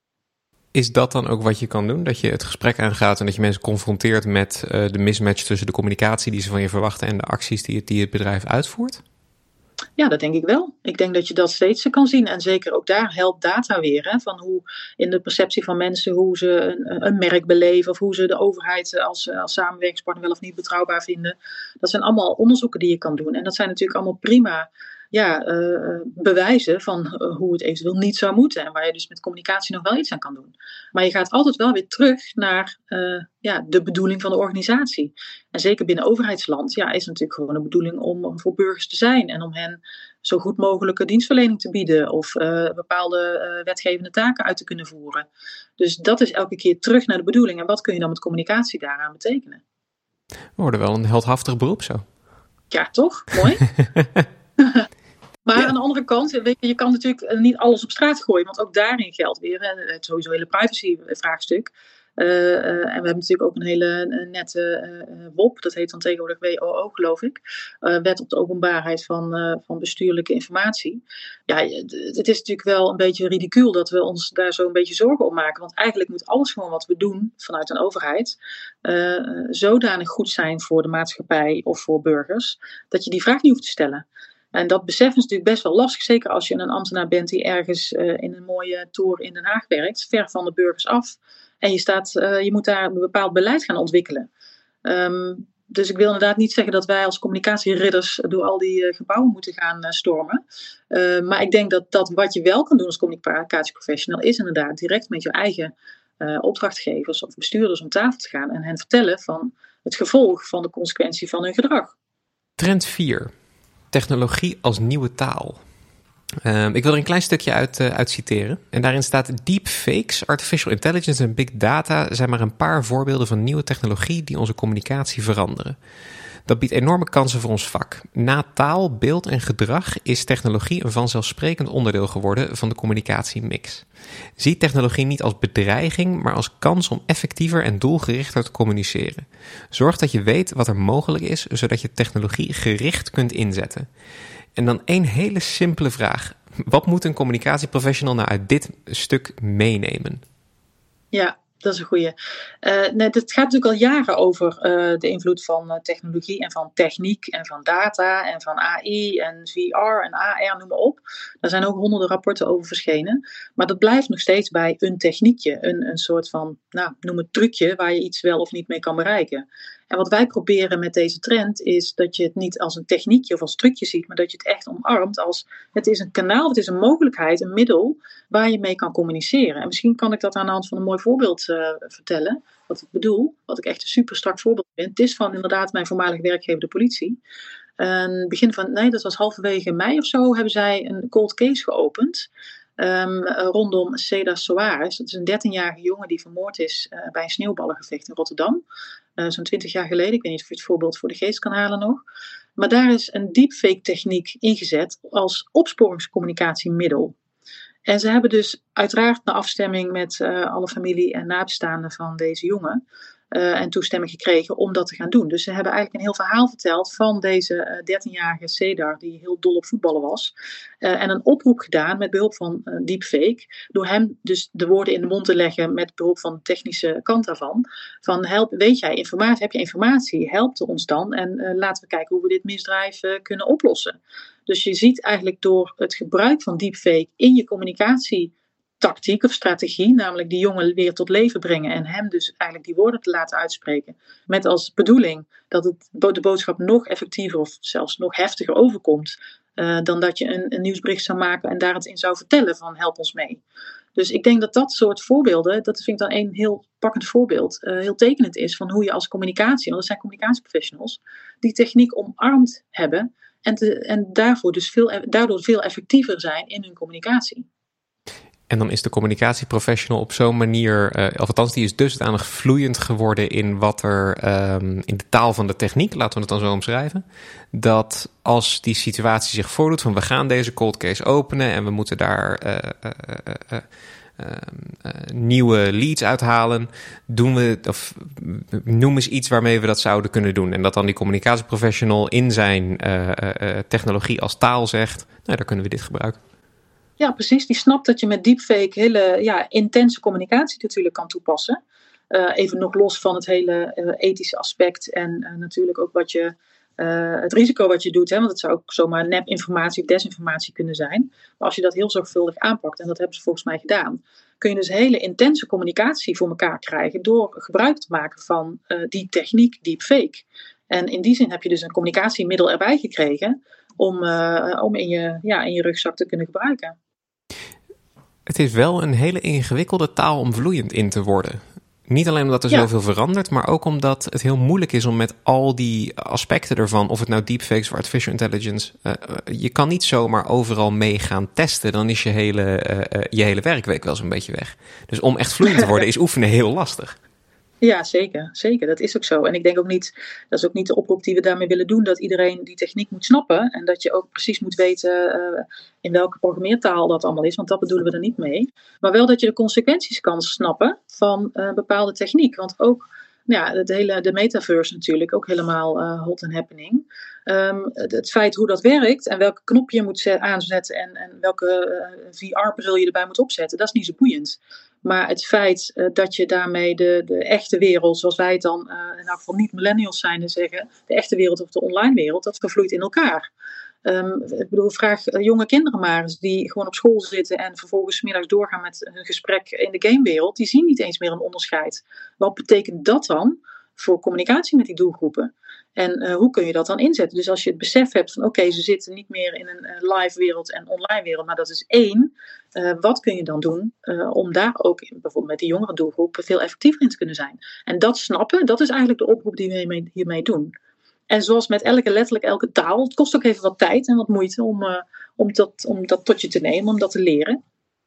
Is dat dan ook wat je kan doen? Dat je het gesprek aangaat en dat je mensen confronteert met uh, de mismatch tussen de communicatie die ze van je verwachten en de acties die het, die het bedrijf uitvoert? Ja, dat denk ik wel. Ik denk dat je dat steeds kan zien. En zeker ook daar helpt data weer. Hè, van hoe in de perceptie van mensen, hoe ze een, een merk beleven. Of hoe ze de overheid als, als samenwerkingspartner wel of niet betrouwbaar vinden. Dat zijn allemaal onderzoeken die je kan doen. En dat zijn natuurlijk allemaal prima ja, uh, bewijzen van uh, hoe het eventueel niet zou moeten. En waar je dus met communicatie nog wel iets aan kan doen. Maar je gaat altijd wel weer terug naar uh, ja, de bedoeling van de organisatie. En zeker binnen overheidsland ja, is het natuurlijk gewoon de bedoeling om voor burgers te zijn. En om hen zo goed mogelijke dienstverlening te bieden. Of uh, bepaalde uh, wetgevende taken uit te kunnen voeren. Dus dat is elke keer terug naar de bedoeling. En wat kun je dan met communicatie daaraan betekenen? We worden wel een heldhaftig beroep zo. Ja, toch? Mooi. Maar ja. Aan de andere kant, weet je, je kan natuurlijk niet alles op straat gooien. Want ook daarin geldt weer hè, het sowieso hele privacy vraagstuk. Uh, uh, en we hebben natuurlijk ook een hele uh, nette uh, W O P, dat heet dan tegenwoordig W O O geloof ik. Uh, Wet op de openbaarheid van, uh, van bestuurlijke informatie. Ja, het, het is natuurlijk wel een beetje ridicuul dat we ons daar zo een beetje zorgen om maken. Want eigenlijk moet alles gewoon wat we doen vanuit een overheid uh, zodanig goed zijn voor de maatschappij of voor burgers, dat je die vraag niet hoeft te stellen. En dat besef is natuurlijk best wel lastig, zeker als je een ambtenaar bent die ergens uh, in een mooie toren in Den Haag werkt, ver van de burgers af. En je, staat, uh, je moet daar een bepaald beleid gaan ontwikkelen. Um, dus ik wil inderdaad niet zeggen dat wij als communicatieridders door al die uh, gebouwen moeten gaan uh, stormen. Uh, maar ik denk dat, dat wat je wel kan doen als communicatieprofessional is inderdaad direct met je eigen uh, opdrachtgevers of bestuurders om tafel te gaan en hen vertellen van het gevolg van de consequentie van hun gedrag. Trend vier. Technologie als nieuwe taal. Uh, ik wil er een klein stukje uit, uh, uit citeren. En daarin staat: deepfakes, artificial intelligence en big data zijn maar een paar voorbeelden van nieuwe technologie die onze communicatie veranderen. Dat biedt enorme kansen voor ons vak. Na taal, beeld en gedrag is technologie een vanzelfsprekend onderdeel geworden van de communicatiemix. Zie technologie niet als bedreiging, maar als kans om effectiever en doelgerichter te communiceren. Zorg dat je weet wat er mogelijk is, zodat je technologie gericht kunt inzetten. En dan één hele simpele vraag. Wat moet een communicatieprofessional nou uit dit stuk meenemen? Ja, dat is een goeie. Uh, nee, het gaat natuurlijk al jaren over uh, de invloed van uh, technologie en van techniek en van data en van A I en V R en A R, noem maar op. Daar zijn ook honderden rapporten over verschenen. Maar dat blijft nog steeds bij een techniekje, een, een soort van, nou, noem het trucje waar je iets wel of niet mee kan bereiken. En wat wij proberen met deze trend is dat je het niet als een techniekje of als trucje ziet, maar dat je het echt omarmt als het is een kanaal, het is een mogelijkheid, een middel waar je mee kan communiceren. En misschien kan ik dat aan de hand van een mooi voorbeeld uh, vertellen, wat ik bedoel, wat ik echt een super strak voorbeeld vind. Het is van inderdaad mijn voormalig werkgever, de politie. En begin van, nee, dat was halverwege mei of zo, hebben zij een cold case geopend. Um, rondom Cedar Soares. Dat is een dertienjarige jongen die vermoord is uh, bij een sneeuwballengevecht in Rotterdam. Uh, zo'n twintig jaar geleden. Ik weet niet of je het voorbeeld voor de geest kan halen nog. Maar daar is een deepfake techniek ingezet als opsporingscommunicatiemiddel. En ze hebben dus uiteraard naar afstemming met uh, alle familie en nabestaanden van deze jongen uh, en toestemming gekregen om dat te gaan doen. Dus ze hebben eigenlijk een heel verhaal verteld van deze uh, dertienjarige Cedar die heel dol op voetballen was. Uh, en een oproep gedaan met behulp van uh, deepfake. Door hem dus de woorden in de mond te leggen met behulp van de technische kant daarvan. Van help, weet jij informatie, heb je informatie, help ons dan en uh, laten we kijken hoe we dit misdrijf uh, kunnen oplossen. Dus je ziet eigenlijk door het gebruik van deepfake in je communicatietactiek of strategie, namelijk die jongen weer tot leven brengen en hem dus eigenlijk die woorden te laten uitspreken, met als bedoeling dat het, de boodschap nog effectiever of zelfs nog heftiger overkomt uh, dan dat je een, een nieuwsbericht zou maken en daar het in zou vertellen van help ons mee. Dus ik denk dat dat soort voorbeelden, dat vind ik dan een heel pakkend voorbeeld, uh, heel tekenend is van hoe je als communicatie, want dat zijn communicatieprofessionals, die techniek omarmd hebben. En, te, en daarvoor dus veel, daardoor veel effectiever zijn in hun communicatie. En dan is de communicatieprofessional op zo'n manier, uh, of althans die is dusdanig vloeiend geworden in wat er um, in de taal van de techniek, laten we het dan zo omschrijven, dat als die situatie zich voordoet van we gaan deze cold case openen en we moeten daar uh, uh, uh, uh, Uh, uh, nieuwe leads uithalen, doen we, of noem eens iets waarmee we dat zouden kunnen doen. En dat dan die communicatieprofessional in zijn uh, uh, technologie als taal zegt, nou, daar kunnen we dit gebruiken. Ja, precies. Die snapt dat je met deepfake hele ja, intense communicatie natuurlijk kan toepassen. Uh, even nog los van het hele uh, ethische aspect en uh, natuurlijk ook wat je Uh, het risico wat je doet, hè, want het zou ook zomaar nepinformatie of desinformatie kunnen zijn. Maar als je dat heel zorgvuldig aanpakt, en dat hebben ze volgens mij gedaan, kun je dus hele intense communicatie voor elkaar krijgen door gebruik te maken van uh, die techniek deepfake. En in die zin heb je dus een communicatiemiddel erbij gekregen om, uh, om in, je, ja, in je rugzak te kunnen gebruiken. Het is wel een hele ingewikkelde taal om vloeiend in te worden. Niet alleen omdat er ja. zoveel verandert, maar ook omdat het heel moeilijk is om met al die aspecten ervan, of het nou deepfakes of artificial intelligence, uh, je kan niet zomaar overal mee gaan testen. Dan is je hele, uh, uh, je hele werkweek wel zo'n beetje weg. Dus om echt vloeiend te worden is oefenen heel lastig. Ja, zeker. Zeker. Dat is ook zo. En ik denk ook niet, dat is ook niet de oproep die we daarmee willen doen, dat iedereen die techniek moet snappen. En dat je ook precies moet weten uh, in welke programmeertaal dat allemaal is. Want dat bedoelen we er niet mee. Maar wel dat je de consequenties kan snappen van uh, bepaalde techniek. Want ook ja, het hele, de metaverse natuurlijk, ook helemaal uh, hot and happening. Um, het, het feit hoe dat werkt en welke knop je moet zet, aanzetten en, en welke uh, V R-bril je erbij moet opzetten, dat is niet zo boeiend. Maar het feit uh, dat je daarmee de, de echte wereld, zoals wij het dan uh, in elk geval niet millennials zijn en zeggen, de echte wereld of de online wereld, dat vervloeit in elkaar. Um, ik bedoel, vraag uh, jonge kinderen maar eens die gewoon op school zitten en vervolgens 's middags doorgaan met hun gesprek in de gamewereld. Die zien niet eens meer een onderscheid. Wat betekent dat dan voor communicatie met die doelgroepen? En uh, hoe kun je dat dan inzetten? Dus als je het besef hebt van oké, okay, ze zitten niet meer in een uh, live wereld en online wereld, maar dat is één. Uh, wat kun je dan doen uh, om daar ook bijvoorbeeld met die jongere doelgroep veel effectiever in te kunnen zijn? En dat snappen, dat is eigenlijk de oproep die we hiermee, hiermee doen. En zoals met elke letterlijk elke taal, het kost ook even wat tijd en wat moeite om, uh, om, dat, om dat tot je te nemen, om dat te leren.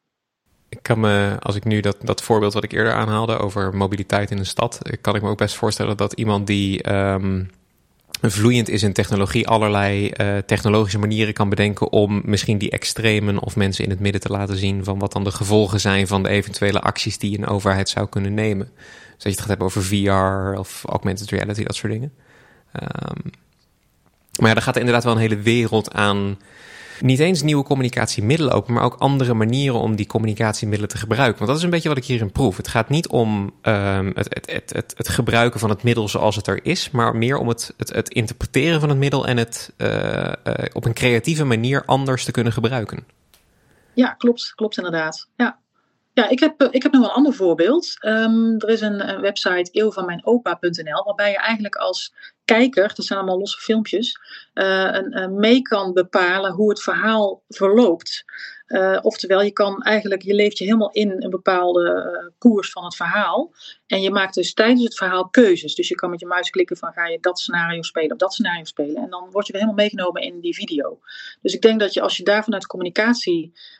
Ik kan me, als ik nu dat, dat voorbeeld wat ik eerder aanhaalde over mobiliteit in een stad, kan ik me ook best voorstellen dat iemand die um, vloeiend is in technologie allerlei uh, technologische manieren kan bedenken om misschien die extremen of mensen in het midden te laten zien van wat dan de gevolgen zijn van de eventuele acties die een overheid zou kunnen nemen. Dus dat je het gaat hebben over V R of augmented reality, dat soort dingen. Um, maar ja, daar gaat er inderdaad wel een hele wereld aan. Niet eens nieuwe communicatiemiddelen open, maar ook andere manieren om die communicatiemiddelen te gebruiken. Want dat is een beetje wat ik hierin proef. Het gaat niet om um, het, het, het, het, het gebruiken van het middel zoals het er is, maar meer om het, het, het interpreteren van het middel en het uh, uh, op een creatieve manier anders te kunnen gebruiken. Ja, klopt. Klopt inderdaad. Ja. Ja, ik heb, ik heb nog een ander voorbeeld. Um, er is een, een website eeuw van mijn opa punt n l waarbij je eigenlijk als kijker, dat zijn allemaal losse filmpjes, uh, een, een mee kan bepalen hoe het verhaal verloopt. Uh, oftewel, je kan eigenlijk, je leeft je helemaal in een bepaalde uh, koers van het verhaal. En je maakt dus tijdens het verhaal keuzes. Dus je kan met je muis klikken van ga je dat scenario spelen of dat scenario spelen. En dan word je weer helemaal meegenomen in die video. Dus ik denk dat je als je daar vanuit communicatie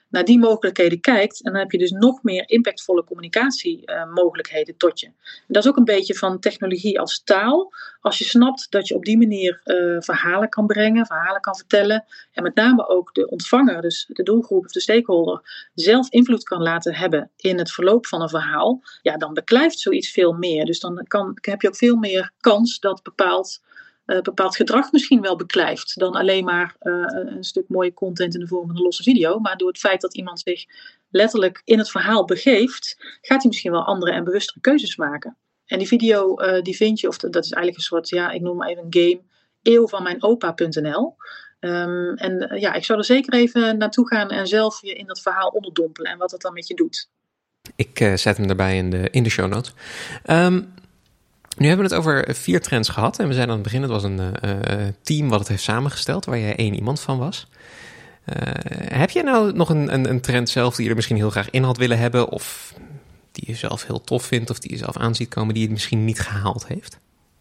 naar die mogelijkheden kijkt. En dan heb je dus nog meer impactvolle communicatiemogelijkheden uh, tot je. En dat is ook een beetje van technologie als taal. Als je snapt dat je op die manier uh, verhalen kan brengen, verhalen kan vertellen. En met name ook de ontvanger, dus de doelgroep of de stakeholder, zelf invloed kan laten hebben in het verloop van een verhaal. Ja, dan beklijft zoiets veel meer. Dus dan kan, heb je ook veel meer kans dat bepaald, uh, bepaald gedrag misschien wel beklijft. Dan alleen maar uh, een stuk mooie content in de vorm van een losse video. Maar door het feit dat iemand zich letterlijk in het verhaal begeeft, gaat hij misschien wel andere en bewustere keuzes maken. En die video uh, die vind je, of dat is eigenlijk een soort, ja, ik noem maar even een game, eeuw van mijn opa punt n l. Um, en uh, ja, ik zou er zeker even naartoe gaan en zelf je in dat verhaal onderdompelen en wat het dan met je doet. Ik uh, zet hem erbij in de, in de show notes. Um, nu hebben we het over vier trends gehad. En we zijn aan het begin, het was een uh, team wat het heeft samengesteld, waar jij één iemand van was. Uh, heb jij nou nog een, een, een trend zelf die je er misschien heel graag in had willen hebben, of die je zelf heel tof vindt, of die je zelf aan ziet komen, die je misschien niet gehaald heeft?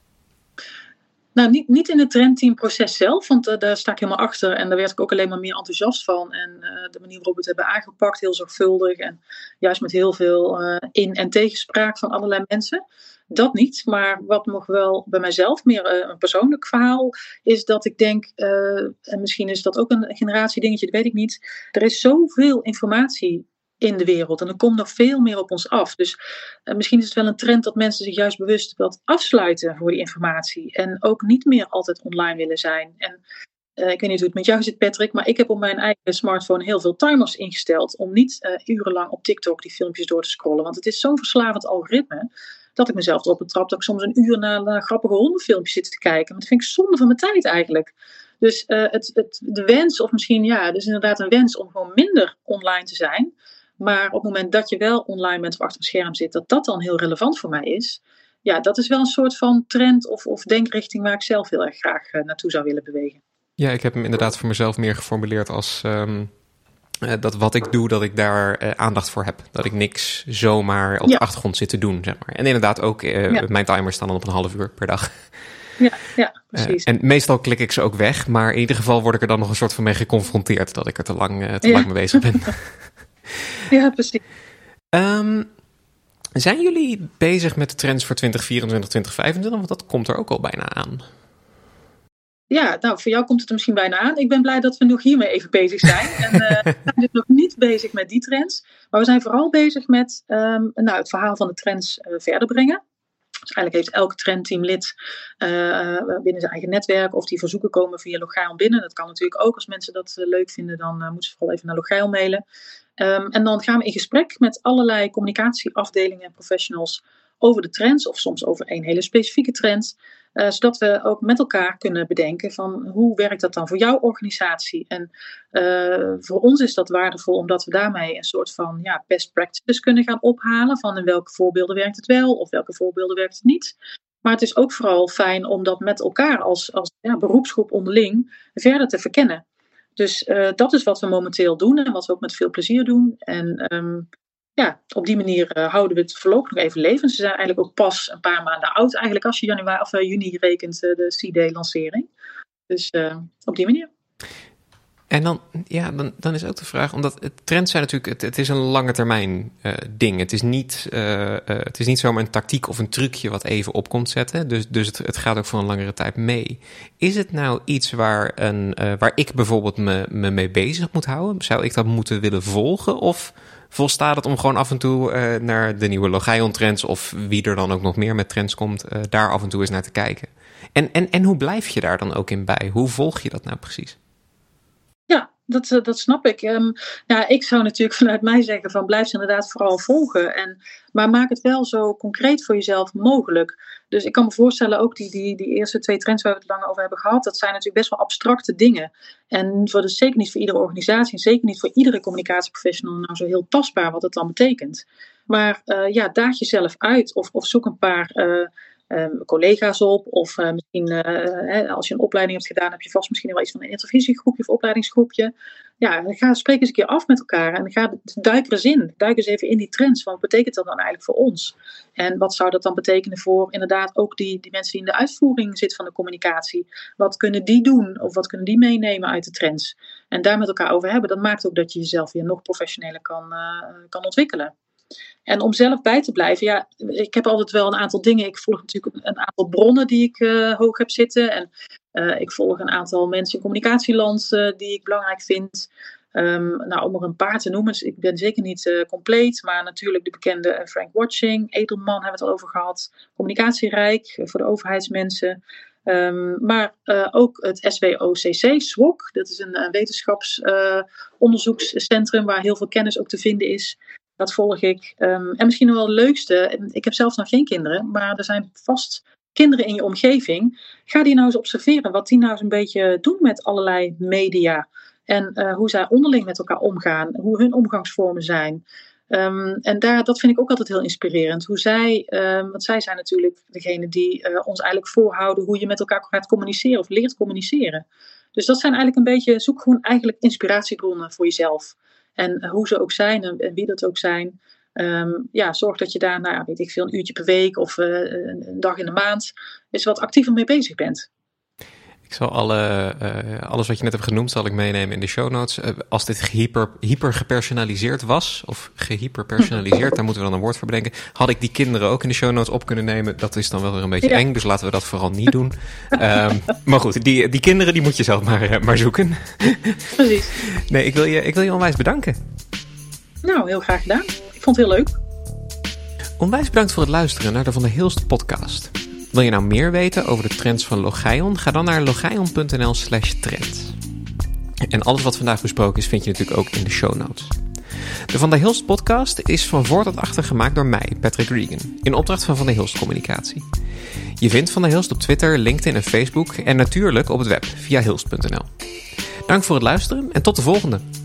Nou, niet, niet in het trendteamproces zelf, want uh, daar sta ik helemaal achter. En daar werd ik ook alleen maar meer enthousiast van. En uh, de manier waarop we het hebben aangepakt, heel zorgvuldig. En juist met heel veel uh, in- en tegenspraak van allerlei mensen. Dat niet, maar wat nog wel bij mijzelf meer uh, een persoonlijk verhaal is dat ik denk, uh, en misschien is dat ook een generatiedingetje, dat weet ik niet. Er is zoveel informatie in de wereld. En er komt nog veel meer op ons af. Dus uh, misschien is het wel een trend dat mensen zich juist bewust wat afsluiten voor die informatie. En ook niet meer altijd online willen zijn. En uh, ik weet niet hoe het met jou zit, Patrick, maar ik heb op mijn eigen smartphone heel veel timers ingesteld om niet uh, urenlang op TikTok die filmpjes door te scrollen. Want het is zo'n verslavend algoritme dat ik mezelf erop betrap dat ik soms een uur naar, naar grappige hondenfilmpjes zit te kijken. Maar dat vind ik zonde van mijn tijd eigenlijk. Dus uh, het, het, de wens, of misschien ja, dus inderdaad een wens om gewoon minder online te zijn. Maar op het moment dat je wel online bent of achter een scherm zit, dat dat dan heel relevant voor mij is. Ja, dat is wel een soort van trend of, of denkrichting waar ik zelf heel erg graag uh, naartoe zou willen bewegen. Ja, ik heb hem inderdaad voor mezelf meer geformuleerd als um, uh, dat wat ik doe, dat ik daar uh, aandacht voor heb. Dat ik niks zomaar op ja. de achtergrond zit te doen, zeg maar. En inderdaad ook, uh, ja. mijn timers staan dan op een half uur per dag. Ja, ja, precies. Uh, en meestal klik ik ze ook weg, maar in ieder geval word ik er dan nog een soort van mee geconfronteerd dat ik er te lang, uh, te ja. lang mee bezig ben. Ja, precies. Um, zijn jullie bezig met de trends voor twintig vierentwintig, twintig vijfentwintig? Want dat komt er ook al bijna aan. Ja, nou, voor jou komt het er misschien bijna aan. Ik ben blij dat we nog hiermee even bezig zijn. En uh, we zijn dus nog niet bezig met die trends. Maar we zijn vooral bezig met um, nou, het verhaal van de trends uh, verder brengen. Dus eigenlijk heeft elk trendteamlid uh, binnen zijn eigen netwerk of die verzoeken komen via Logaal binnen. Dat kan natuurlijk ook. Als mensen dat uh, leuk vinden, dan uh, moeten ze vooral even naar Logaal mailen. Um, en dan gaan we in gesprek met allerlei communicatieafdelingen en professionals over de trends of soms over één hele specifieke trend. Uh, zodat we ook met elkaar kunnen bedenken van hoe werkt dat dan voor jouw organisatie. En uh, voor ons is dat waardevol omdat we daarmee een soort van ja, best practices kunnen gaan ophalen. Van in welke voorbeelden werkt het wel of welke voorbeelden werkt het niet. Maar het is ook vooral fijn om dat met elkaar als, als ja, beroepsgroep onderling verder te verkennen. Dus uh, dat is wat we momenteel doen en wat we ook met veel plezier doen. En um, ja, op die manier uh, houden we het voorlopig nog even levend. Ze zijn eigenlijk ook pas een paar maanden oud, eigenlijk als je januari of uh, juni rekent, uh, de C-Day-lancering. Dus uh, op die manier. En dan, ja, dan, dan is ook de vraag, omdat het trends zijn natuurlijk, het, het is een lange termijn uh, ding. Het is, niet, uh, uh, het is niet zomaar een tactiek of een trucje wat even op komt zetten. Dus, dus het, het gaat ook voor een langere tijd mee. Is het nou iets waar, een, uh, waar ik bijvoorbeeld me, me mee bezig moet houden? Zou ik dat moeten willen volgen? Of volstaat het om gewoon af en toe uh, naar de nieuwe Logion trends of wie er dan ook nog meer met trends komt, uh, daar af en toe eens naar te kijken? En, en, en hoe blijf je daar dan ook in bij? Hoe volg je dat nou precies? Ja, dat, dat snap ik. Um, nou, ik zou natuurlijk vanuit mij zeggen van blijf ze inderdaad vooral volgen. En, maar maak het wel zo concreet voor jezelf mogelijk. Dus ik kan me voorstellen ook die, die, die eerste twee trends waar we het lang over hebben gehad. Dat zijn natuurlijk best wel abstracte dingen. En voor dus zeker niet voor iedere organisatie. En zeker niet voor iedere communicatieprofessional nou zo heel tastbaar wat het dan betekent. Maar uh, ja, daag jezelf uit of, of zoek een paar uh, um, collega's op. Of uh, misschien uh, hè, als je een opleiding hebt gedaan, heb je vast misschien wel iets van een intervisiegroepje of opleidingsgroepje. Ja, ga spreek eens een keer af met elkaar en ga duik er eens in. Duik eens even in die trends. Wat betekent dat dan eigenlijk voor ons? En wat zou dat dan betekenen voor inderdaad ook die, die mensen die in de uitvoering zitten van de communicatie? Wat kunnen die doen of wat kunnen die meenemen uit de trends? En daar met elkaar over hebben, dat maakt ook dat je jezelf weer nog professioneler kan, uh, kan ontwikkelen. En om zelf bij te blijven, ja, ik heb altijd wel een aantal dingen. Ik volg natuurlijk een aantal bronnen die ik uh, hoog heb zitten. En uh, ik volg een aantal mensen in communicatieland uh, die ik belangrijk vind. Um, nou, om er een paar te noemen, dus ik ben zeker niet uh, compleet. Maar natuurlijk de bekende Frank Watching, Edelman hebben we het al over gehad. Communicatierijk, uh, voor de overheidsmensen. Um, maar uh, ook het S W O C C, S W O C. Dat is een uh, wetenschapsonderzoekscentrum uh, waar heel veel kennis ook te vinden is. Dat volg ik. Um, en misschien nog wel het leukste. Ik heb zelf nog geen kinderen. Maar er zijn vast kinderen in je omgeving. Ga die nou eens observeren. Wat die nou eens een beetje doen met allerlei media. En uh, hoe zij onderling met elkaar omgaan. Hoe hun omgangsvormen zijn. Um, en daar, dat vind ik ook altijd heel inspirerend. Hoe zij, um, want zij zijn natuurlijk degene die uh, ons eigenlijk voorhouden. Hoe je met elkaar gaat communiceren. Of leert communiceren. Dus dat zijn eigenlijk een beetje. Zoek gewoon eigenlijk inspiratiebronnen voor jezelf. En hoe ze ook zijn en wie dat ook zijn. Um, ja, zorg dat je daar, nou, weet ik veel, een uurtje per week of uh, een dag in de maand eens wat actiever mee bezig bent. Ik zal alle, uh, alles wat je net hebt genoemd, zal ik meenemen in de show notes. Uh, als dit hyper, hyper gepersonaliseerd was, of gehyperpersonaliseerd, daar moeten we dan een woord voor bedenken. Had ik die kinderen ook in de show notes op kunnen nemen? Dat is dan wel weer een beetje ja. eng, dus laten we dat vooral niet doen. um, maar goed, die, die kinderen die moet je zelf maar, uh, maar zoeken. Precies. Nee, ik wil je, ik wil je onwijs bedanken. Nou, heel graag gedaan. Ik vond het heel leuk. Onwijs bedankt voor het luisteren naar de Van der Hilst podcast. Wil je nou meer weten over de trends van Logion? Ga dan naar logion.nl slash trends. En alles wat vandaag besproken is, vind je natuurlijk ook in de show notes. De Van der Hilst podcast is van voor tot achter gemaakt door mij, Patrick Regan, in opdracht van Van der Hilst Communicatie. Je vindt Van der Hilst op Twitter, LinkedIn en Facebook en natuurlijk op het web via hilst punt n l. Dank voor het luisteren en tot de volgende!